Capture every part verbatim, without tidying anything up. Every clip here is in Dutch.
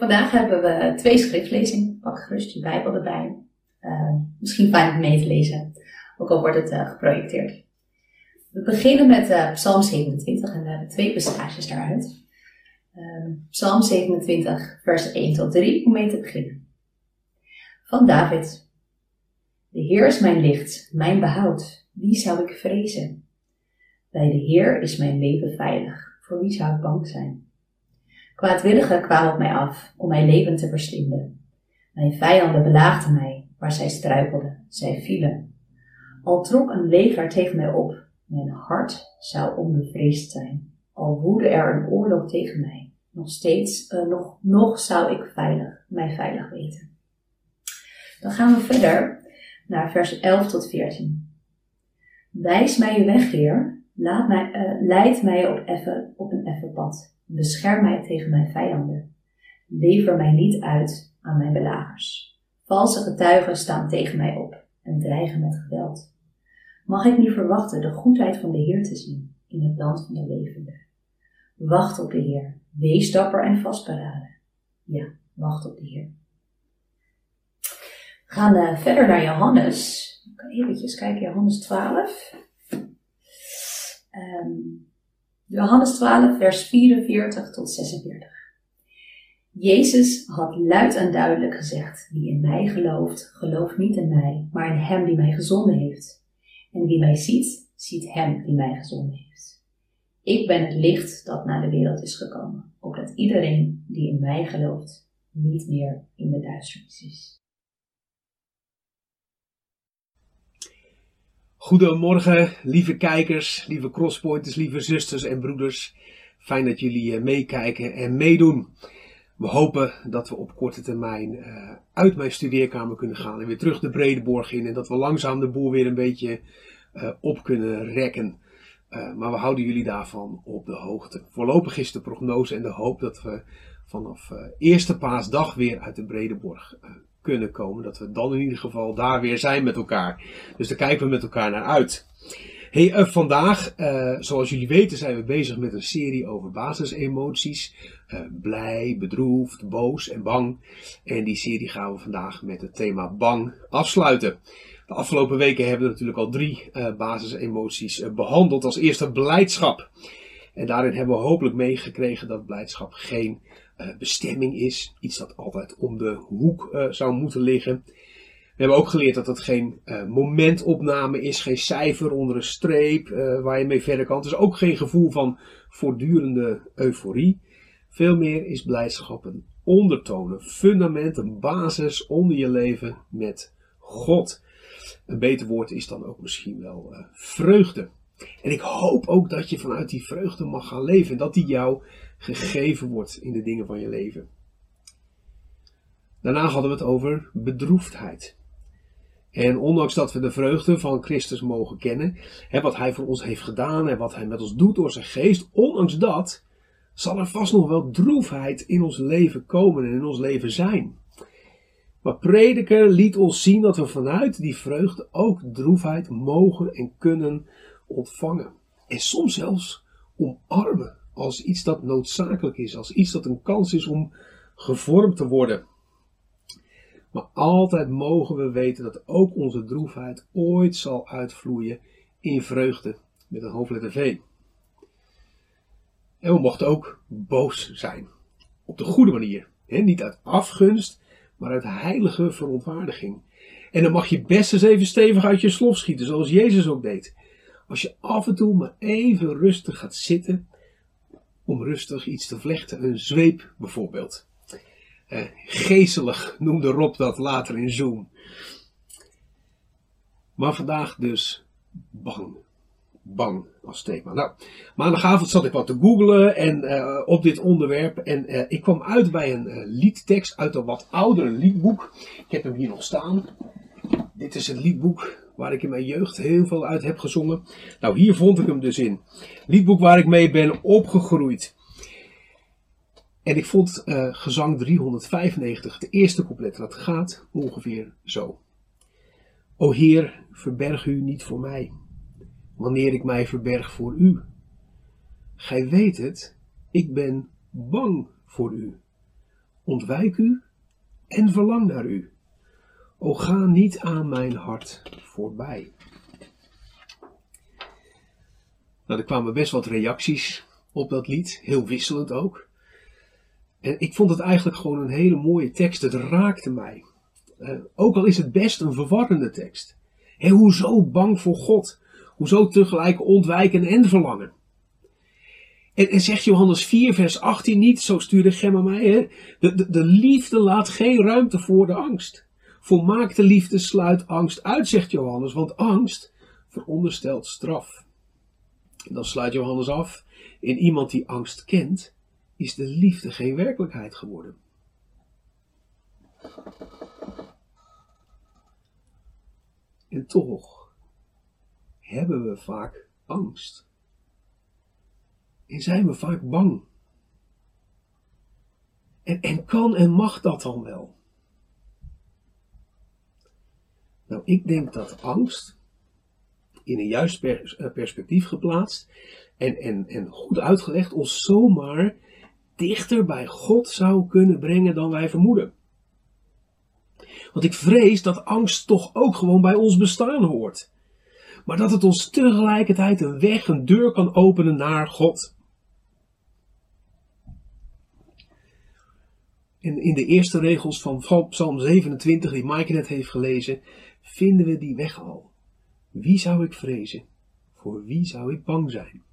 vandaag hebben we twee schriftlezingen. Pak gerust je Bijbel erbij. Uh, misschien fijn om mee te lezen, ook al wordt het uh, geprojecteerd. We beginnen met uh, Psalm zevenentwintig en we hebben twee passages daaruit. Uh, Psalm zevenentwintig, vers één tot drie, om mee te beginnen. Van David. De Heer is mijn licht, mijn behoud. Wie zou ik vrezen? Bij de Heer is mijn leven veilig. Voor wie zou ik bang zijn? Kwaadwilligen kwamen op mij af om mijn leven te verslinden. Mijn vijanden belaagden mij, waar zij struikelden. Zij vielen. Al trok een leger tegen mij op. Mijn hart zou onbevreesd zijn. Al woedde er een oorlog tegen mij. Nog steeds, uh, nog, nog zou ik veilig, mij veilig weten. Dan gaan we verder naar vers elf tot veertien. Wijs mij uw weg, Heer. Laat mij, uh, leid mij op, effe, op een effen pad. Bescherm mij tegen mijn vijanden. Lever mij niet uit aan mijn belagers. Valse getuigen staan tegen mij op en dreigen met geweld. Mag ik niet verwachten de goedheid van de Heer te zien in het land van de levenden? Wacht op de Heer. Wees dapper en vastberaden. Ja, wacht op de Heer. We gaan uh, verder naar Johannes. Even kijken, Johannes twaalf. Um, Johannes twaalf, vers vierenveertig tot zesenveertig. Jezus had luid en duidelijk gezegd: wie in mij gelooft, gelooft niet in mij, maar in hem die mij gezonden heeft. En wie mij ziet, ziet hem die mij gezonden heeft. Ik ben het licht dat naar de wereld is gekomen, opdat iedereen die in mij gelooft, niet meer in de duisternis is. Goedemorgen, lieve kijkers, lieve crosspointers, lieve zusters en broeders. Fijn dat jullie meekijken en meedoen. We hopen dat we op korte termijn uh, uit mijn studeerkamer kunnen gaan en weer terug de Bredeborg in. En dat we langzaam de boel weer een beetje uh, op kunnen rekken. Uh, maar we houden jullie daarvan op de hoogte. Voorlopig is de prognose en de hoop dat we vanaf uh, eerste paasdag weer uit de Bredeborg uh, kunnen komen. Dat we dan in ieder geval daar weer zijn met elkaar. Dus daar kijken we met elkaar naar uit. Hey, uh, vandaag, uh, zoals jullie weten, zijn we bezig met een serie over basisemoties. Uh, blij, bedroefd, boos en bang. En die serie gaan we vandaag met het thema bang afsluiten. De afgelopen weken hebben we natuurlijk al drie uh, basisemoties uh, behandeld. Als eerste blijdschap. En daarin hebben we hopelijk meegekregen dat blijdschap geen uh, bestemming is. Iets dat altijd om de hoek uh, zou moeten liggen. We hebben ook geleerd dat het geen uh, momentopname is, geen cijfer onder een streep uh, waar je mee verder kan. Het is ook geen gevoel van voortdurende euforie. Veel meer is blijdschap een ondertoon, een fundament, een basis onder je leven met God. Een beter woord is dan ook misschien wel uh, vreugde. En ik hoop ook dat je vanuit die vreugde mag gaan leven en dat die jou gegeven wordt in de dingen van je leven. Daarna hadden we het over bedroefdheid. En ondanks dat we de vreugde van Christus mogen kennen, hè, wat hij voor ons heeft gedaan en wat hij met ons doet door zijn geest, ondanks dat zal er vast nog wel droefheid in ons leven komen en in ons leven zijn. Maar Prediker liet ons zien dat we vanuit die vreugde ook droefheid mogen en kunnen ontvangen. En soms zelfs omarmen als iets dat noodzakelijk is, als iets dat een kans is om gevormd te worden. Maar altijd mogen we weten dat ook onze droefheid ooit zal uitvloeien in vreugde met een hoofdletter V. En we mochten ook boos zijn. Op de goede manier. He, niet uit afgunst, maar uit heilige verontwaardiging. En dan mag je best eens even stevig uit je slof schieten, zoals Jezus ook deed. Als je af en toe maar even rustig gaat zitten, om rustig iets te vlechten. Een zweep bijvoorbeeld. Uh, geestelijk noemde Rob dat later in Zoom. Maar vandaag dus bang. Bang als thema. Nou, maandagavond zat ik wat te googlen en, uh, op dit onderwerp. En uh, ik kwam uit bij een uh, liedtekst uit een wat ouder liedboek. Ik heb hem hier nog staan. Dit is het liedboek waar ik in mijn jeugd heel veel uit heb gezongen. Nou, hier vond ik hem dus in. Liedboek waar ik mee ben opgegroeid. En ik vond uh, gezang driehonderdvijfennegentig, de eerste couplet. Dat gaat ongeveer zo. O Heer, verberg u niet voor mij, wanneer ik mij verberg voor u. Gij weet het, ik ben bang voor u. ontwijk u en verlang naar u. O ga niet aan mijn hart voorbij. Nou, er kwamen best wat reacties op dat lied, heel wisselend ook. En ik vond het eigenlijk gewoon een hele mooie tekst, het raakte mij. Uh, ook al is het best een verwarrende tekst. Hé, hoezo bang voor God? Hoezo tegelijk ontwijken en verlangen? En, en zegt Johannes vier vers achttien niet, zo stuurde Gemma mij, hè? De, de, de liefde laat geen ruimte voor de angst. Volmaakte liefde sluit angst uit, zegt Johannes, want angst veronderstelt straf. En dan sluit Johannes af, in iemand die angst kent, is de liefde geen werkelijkheid geworden. En toch hebben we vaak angst. En zijn we vaak bang. En, en kan en mag dat dan wel? Nou, ik denk dat angst, in een juist perspectief geplaatst en, en, en goed uitgelegd, ons zomaar dichter bij God zou kunnen brengen dan wij vermoeden. Want ik vrees dat angst toch ook gewoon bij ons bestaan hoort. Maar dat het ons tegelijkertijd een weg, een deur kan openen naar God. En in de eerste regels van Psalm zevenentwintig, die Maaike net heeft gelezen, vinden we die weg al. Wie zou ik vrezen? Voor wie zou ik bang zijn?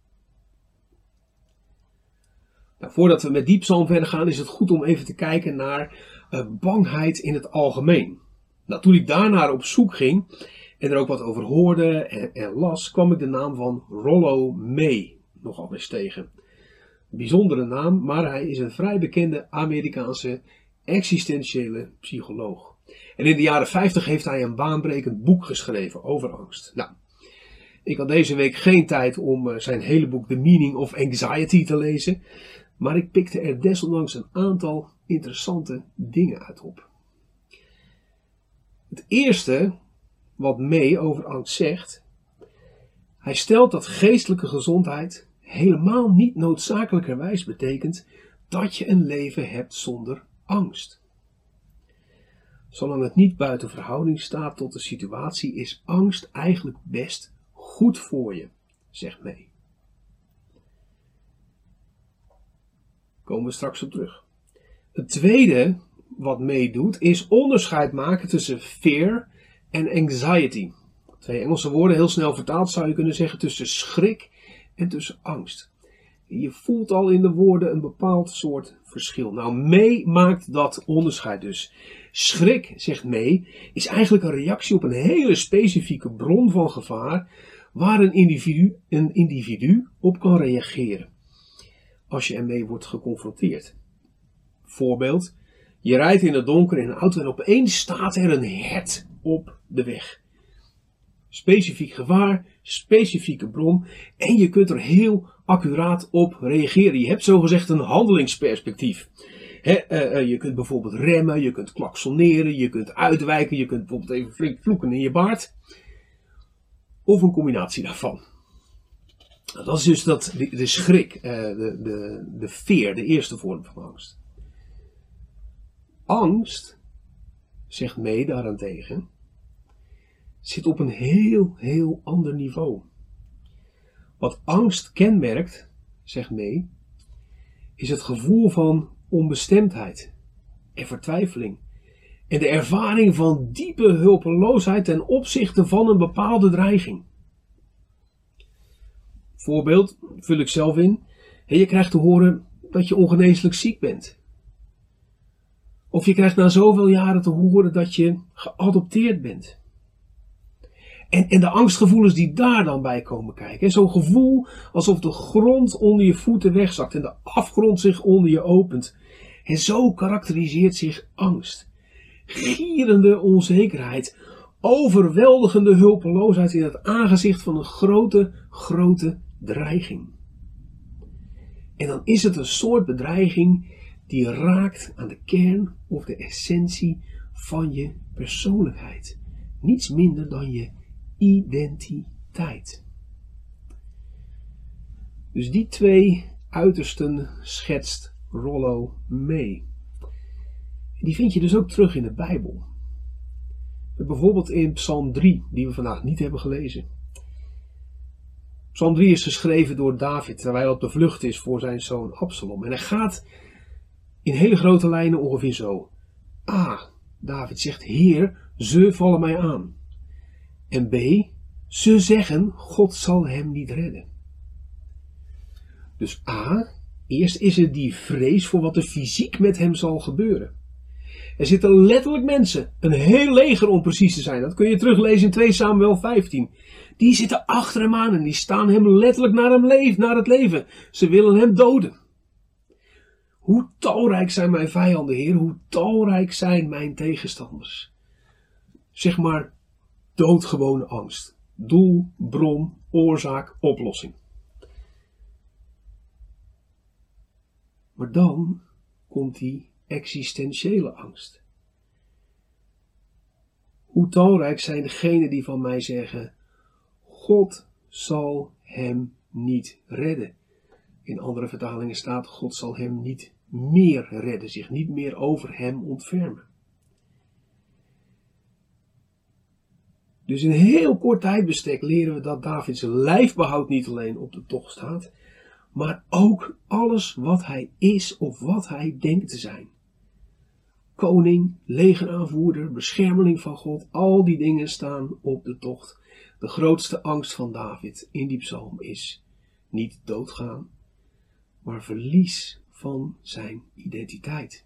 Nou, voordat we met die psalm verder gaan, is het goed om even te kijken naar uh, bangheid in het algemeen. Nou, toen ik daarnaar op zoek ging en er ook wat over hoorde en, en las, kwam ik de naam van Rollo May nogal eens tegen. Een bijzondere naam, maar hij is een vrij bekende Amerikaanse existentiële psycholoog. En in de jaren vijftig heeft hij een baanbrekend boek geschreven over angst. Nou, ik had deze week geen tijd om uh, zijn hele boek The Meaning of Anxiety te lezen, maar ik pikte er desondanks een aantal interessante dingen uit op. Het eerste wat May over angst zegt, hij stelt dat geestelijke gezondheid helemaal niet noodzakelijkerwijs betekent dat je een leven hebt zonder angst. Zolang het niet buiten verhouding staat tot de situatie, is angst eigenlijk best goed voor je, zegt May. Komen we straks op terug. Het tweede wat May doet, is onderscheid maken tussen fear en anxiety. Twee Engelse woorden, heel snel vertaald zou je kunnen zeggen, tussen schrik en tussen angst. Je voelt al in de woorden een bepaald soort verschil. Nou, May maakt dat onderscheid dus. Schrik, zegt May, is eigenlijk een reactie op een hele specifieke bron van gevaar waar een individu, een individu op kan reageren als je ermee wordt geconfronteerd. Voorbeeld, je rijdt in het donker in een auto en opeens staat er een hert op de weg. Specifiek gevaar, specifieke bron en je kunt er heel accuraat op reageren. Je hebt zogezegd een handelingsperspectief. He, uh, uh, je kunt bijvoorbeeld remmen, je kunt klaksoneren, je kunt uitwijken, je kunt bijvoorbeeld even flink vloeken in je baard. Of een combinatie daarvan. Nou, dat is dus dat, de, de schrik, uh, de, de, de fear, de eerste vorm van angst. Angst, zegt May daarentegen, zit op een heel, heel ander niveau. Wat angst kenmerkt, zegt May, is het gevoel van onbestemdheid en vertwijfeling. En de ervaring van diepe hulpeloosheid ten opzichte van een bepaalde dreiging. Voorbeeld, vul ik zelf in. Je krijgt te horen dat je ongeneeslijk ziek bent. Of je krijgt na zoveel jaren te horen dat je geadopteerd bent. En, en de angstgevoelens die daar dan bij komen kijken. Zo'n gevoel alsof de grond onder je voeten wegzakt en de afgrond zich onder je opent. En zo karakteriseert zich angst. Gierende onzekerheid. Overweldigende hulpeloosheid in het aangezicht van een grote, grote dreiging. En dan is het een soort bedreiging die raakt aan de kern of de essentie van je persoonlijkheid. Niets minder dan je identiteit. Dus die twee uitersten schetst Rollo May. Die vind je dus ook terug in de Bijbel. Bijvoorbeeld in Psalm drie, die we vandaag niet hebben gelezen. Psalm drie is geschreven door David, terwijl hij op de vlucht is voor zijn zoon Absalom. En hij gaat in hele grote lijnen ongeveer zo. A. David zegt, Heer, ze vallen mij aan. En B. Ze zeggen, God zal hem niet redden. Dus A. Eerst is er die vrees voor wat er fysiek met hem zal gebeuren. Er zitten letterlijk mensen, een heel leger om precies te zijn. Dat kun je teruglezen in twee Samuel vijftien. Die zitten achter hem aan en die staan hem letterlijk naar, hem leef, naar het leven. Ze willen hem doden. Hoe talrijk zijn mijn vijanden, Heer. Hoe talrijk zijn mijn tegenstanders. Zeg maar doodgewone angst. Doel, bron, oorzaak, oplossing. Maar dan komt die existentiële angst. Hoe talrijk zijn degenen die van mij zeggen, God zal hem niet redden. In andere vertalingen staat, God zal hem niet meer redden, zich niet meer over hem ontfermen. Dus in een heel kort tijdbestek leren we dat Davids lijfbehoud niet alleen op de tocht staat, maar ook alles wat hij is of wat hij denkt te zijn. Koning, legeraanvoerder, beschermeling van God, al die dingen staan op de tocht. De grootste angst van David in die psalm is niet doodgaan, maar verlies van zijn identiteit.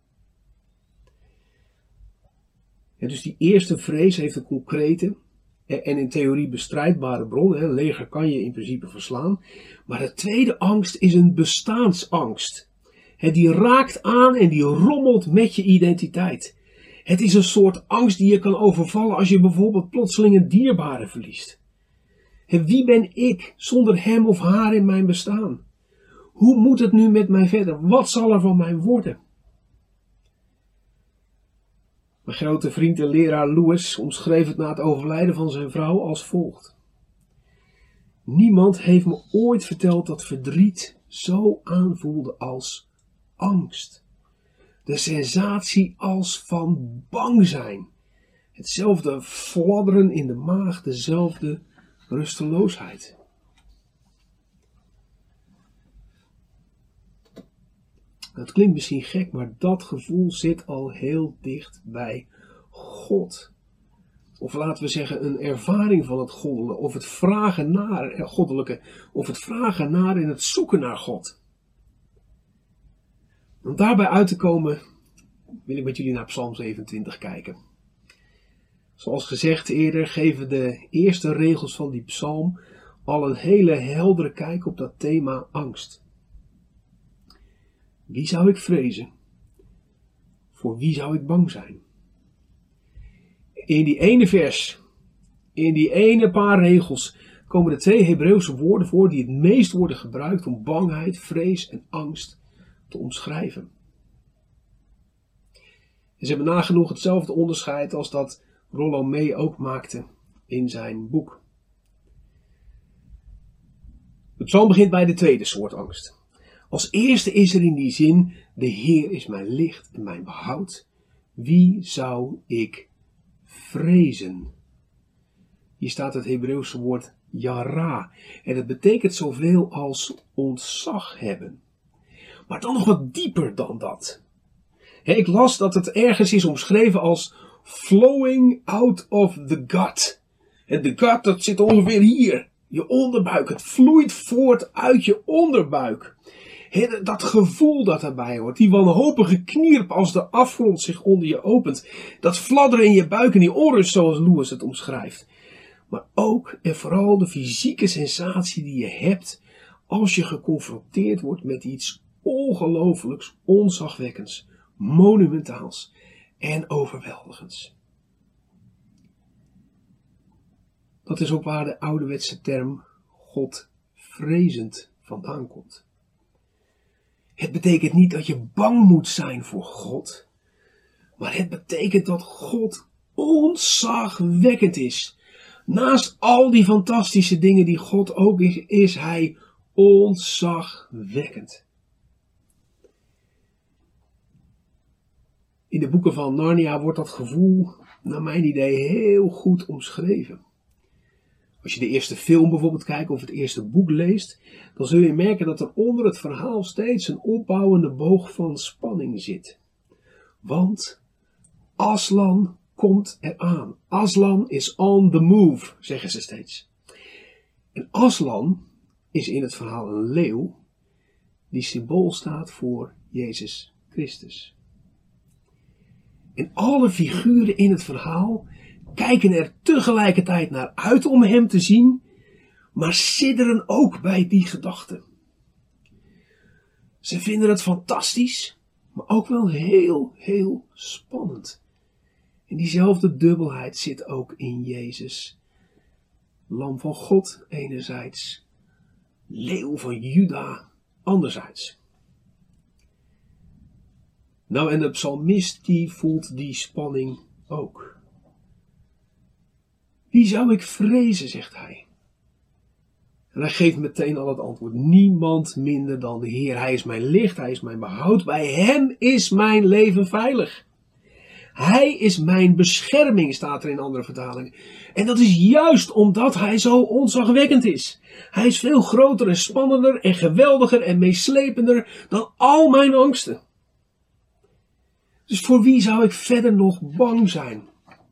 Ja, dus die eerste vrees heeft een concrete en in theorie bestrijdbare bron. Een leger kan je in principe verslaan. Maar de tweede angst is een bestaansangst. Die raakt aan en die rommelt met je identiteit. Het is een soort angst die je kan overvallen als je bijvoorbeeld plotseling een dierbare verliest. Wie ben ik zonder hem of haar in mijn bestaan? Hoe moet het nu met mij verder? Wat zal er van mij worden? Mijn grote vriend en leraar Lewis omschreef het na het overlijden van zijn vrouw als volgt. Niemand heeft me ooit verteld dat verdriet zo aanvoelde als angst. De sensatie als van bang zijn. Hetzelfde fladderen in de maag, dezelfde rusteloosheid. Het klinkt misschien gek, maar dat gevoel zit al heel dicht bij God. Of laten we zeggen een ervaring van het goddelijke, of het vragen naar het goddelijke, of het vragen naar en het zoeken naar God. Om daarbij uit te komen, wil ik met jullie naar Psalm zevenentwintig kijken. Zoals gezegd eerder, geven de eerste regels van die psalm al een hele heldere kijk op dat thema angst. Wie zou ik vrezen? Voor wie zou ik bang zijn? In die ene vers, in die ene paar regels, komen de twee Hebreeuwse woorden voor die het meest worden gebruikt om bangheid, vrees en angst te omschrijven. En ze hebben nagenoeg hetzelfde onderscheid als dat Rollo May ook maakte in zijn boek. De psalm begint bij de tweede soort angst. Als eerste is er in die zin, de Heer is mijn licht en mijn behoud. Wie zou ik vrezen? Hier staat het Hebreeuwse woord yara. En het betekent zoveel als ontzag hebben. Maar dan nog wat dieper dan dat. Ik las dat het ergens is omschreven als flowing out of the gut. En de gut, dat zit ongeveer hier. Je onderbuik. Het vloeit voort uit je onderbuik. He, dat gevoel dat erbij hoort. Die wanhopige knierp als de afgrond zich onder je opent. Dat fladderen in je buik en die onrust zoals Lewis het omschrijft. Maar ook en vooral de fysieke sensatie die je hebt als je geconfronteerd wordt met iets ongelooflijks, ontzagwekkends, monumentaals en overweldigends. Dat is ook waar de ouderwetse term Godvrezend vandaan komt. Het betekent niet dat je bang moet zijn voor God, maar het betekent dat God ontzagwekkend is. Naast al die fantastische dingen die God ook is, is hij ontzagwekkend. In de boeken van Narnia wordt dat gevoel, naar mijn idee, heel goed omschreven. Als je de eerste film bijvoorbeeld kijkt of het eerste boek leest, dan zul je merken dat er onder het verhaal steeds een opbouwende boog van spanning zit. Want Aslan komt eraan. Aslan is on the move, zeggen ze steeds. En Aslan is in het verhaal een leeuw die symbool staat voor Jezus Christus. En alle figuren in het verhaal kijken er tegelijkertijd naar uit om hem te zien, maar sidderen ook bij die gedachte. Ze vinden het fantastisch, maar ook wel heel, heel spannend. En diezelfde dubbelheid zit ook in Jezus. Lam van God enerzijds, leeuw van Juda anderzijds. Nou, en de psalmist die voelt die spanning ook. Wie zou ik vrezen, zegt hij. En hij geeft meteen al het antwoord. Niemand minder dan de Heer. Hij is mijn licht, hij is mijn behoud. Bij hem is mijn leven veilig. Hij is mijn bescherming, staat er in andere vertalingen. En dat is juist omdat hij zo ontzagwekkend is. Hij is veel groter en spannender en geweldiger en meeslepender dan al mijn angsten. Dus voor wie zou ik verder nog bang zijn?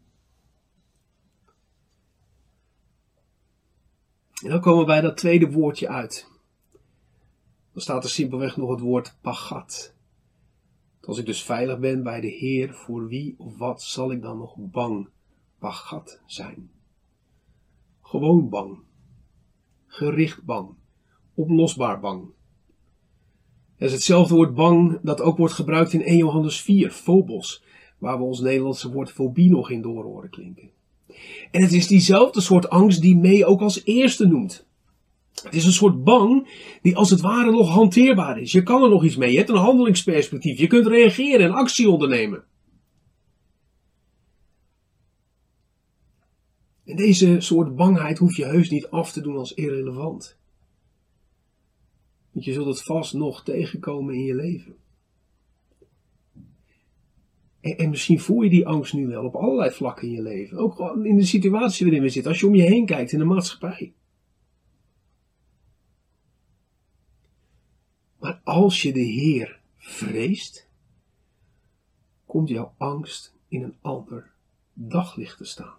En dan komen we bij dat tweede woordje uit. Dan staat er simpelweg nog het woord pagat. Als ik dus veilig ben bij de Heer, voor wie of wat zal ik dan nog bang, pagat zijn? Gewoon bang. Gericht bang. Oplosbaar bang. Dat is hetzelfde woord bang dat ook wordt gebruikt in eerste Johannes vier, phobos, waar we ons Nederlandse woord fobie nog in door horen klinken. En het is diezelfde soort angst die Mee ook als eerste noemt. Het is een soort bang die als het ware nog hanteerbaar is. Je kan er nog iets mee, je hebt een handelingsperspectief, je kunt reageren en actie ondernemen. En deze soort bangheid hoef je heus niet af te doen als irrelevant. Want je zult het vast nog tegenkomen in je leven. En, en misschien voel je die angst nu wel op allerlei vlakken in je leven. Ook in de situatie waarin we zitten, als je om je heen kijkt in de maatschappij. Maar als je de Heer vreest, komt jouw angst in een ander daglicht te staan.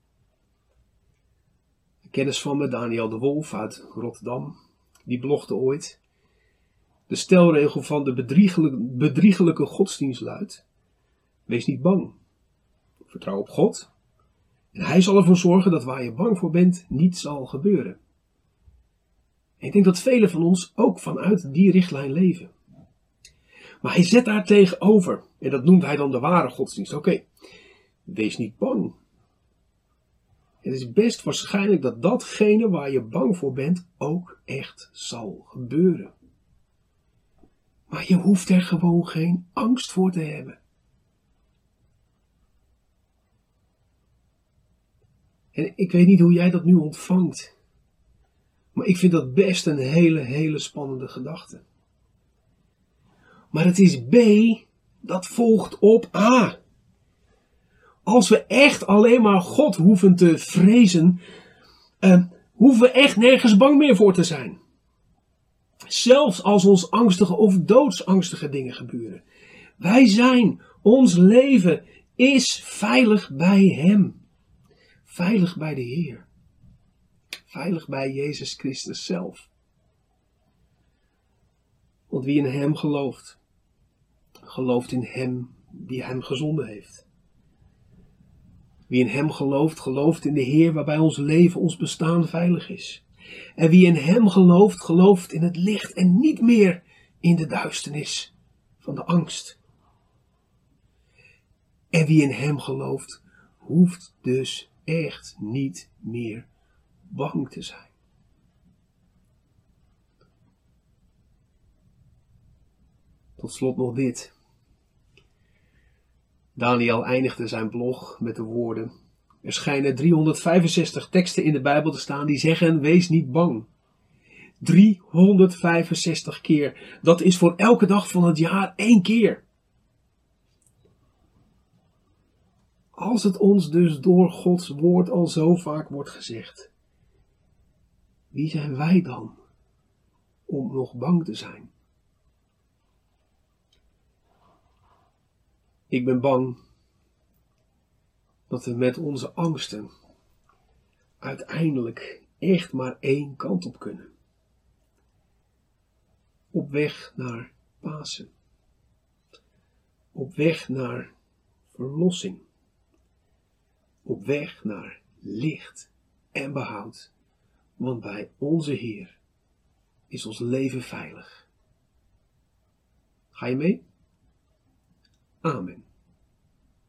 Een kennis van me, Daniel de Wolf uit Rotterdam, die blogde ooit: de stelregel van de bedriegelijke, bedriegelijke godsdienst luidt: wees niet bang. Vertrouw op God. En hij zal ervoor zorgen dat waar je bang voor bent, niet zal gebeuren. En ik denk dat velen van ons ook vanuit die richtlijn leven. Maar hij zet daar tegenover, en dat noemt hij dan de ware godsdienst. Oké, okay, wees niet bang. Het is best waarschijnlijk dat datgene waar je bang voor bent ook echt zal gebeuren. Maar je hoeft er gewoon geen angst voor te hebben. En ik weet niet hoe jij dat nu ontvangt. Maar ik vind dat best een hele, hele spannende gedachte. Maar het is B dat volgt op A. Als we echt alleen maar God hoeven te vrezen, uh, hoeven we echt nergens bang meer voor te zijn. Zelfs als ons angstige of doodsangstige dingen gebeuren. Wij zijn, ons leven is veilig bij Hem. Veilig bij de Heer. Veilig bij Jezus Christus zelf. Want wie in Hem gelooft, gelooft in Hem die Hem gezonden heeft. Wie in Hem gelooft, gelooft in de Heer waarbij ons leven, ons bestaan veilig is. En wie in Hem gelooft, gelooft in het licht en niet meer in de duisternis van de angst. En wie in Hem gelooft, hoeft dus echt niet meer bang te zijn. Tot slot nog dit. Daniel eindigde zijn blog met de woorden: er schijnen driehonderdvijfenzestig teksten in de Bijbel te staan die zeggen: wees niet bang. driehonderdvijfenzestig keer. Dat is voor elke dag van het jaar één keer. Als het ons dus door Gods woord al zo vaak wordt gezegd, wie zijn wij dan om nog bang te zijn? Ik ben bang dat we met onze angsten uiteindelijk echt maar één kant op kunnen. Op weg naar Pasen. Op weg naar verlossing. Op weg naar licht en behoud. Want bij onze Heer is ons leven veilig. Ga je mee? Amen.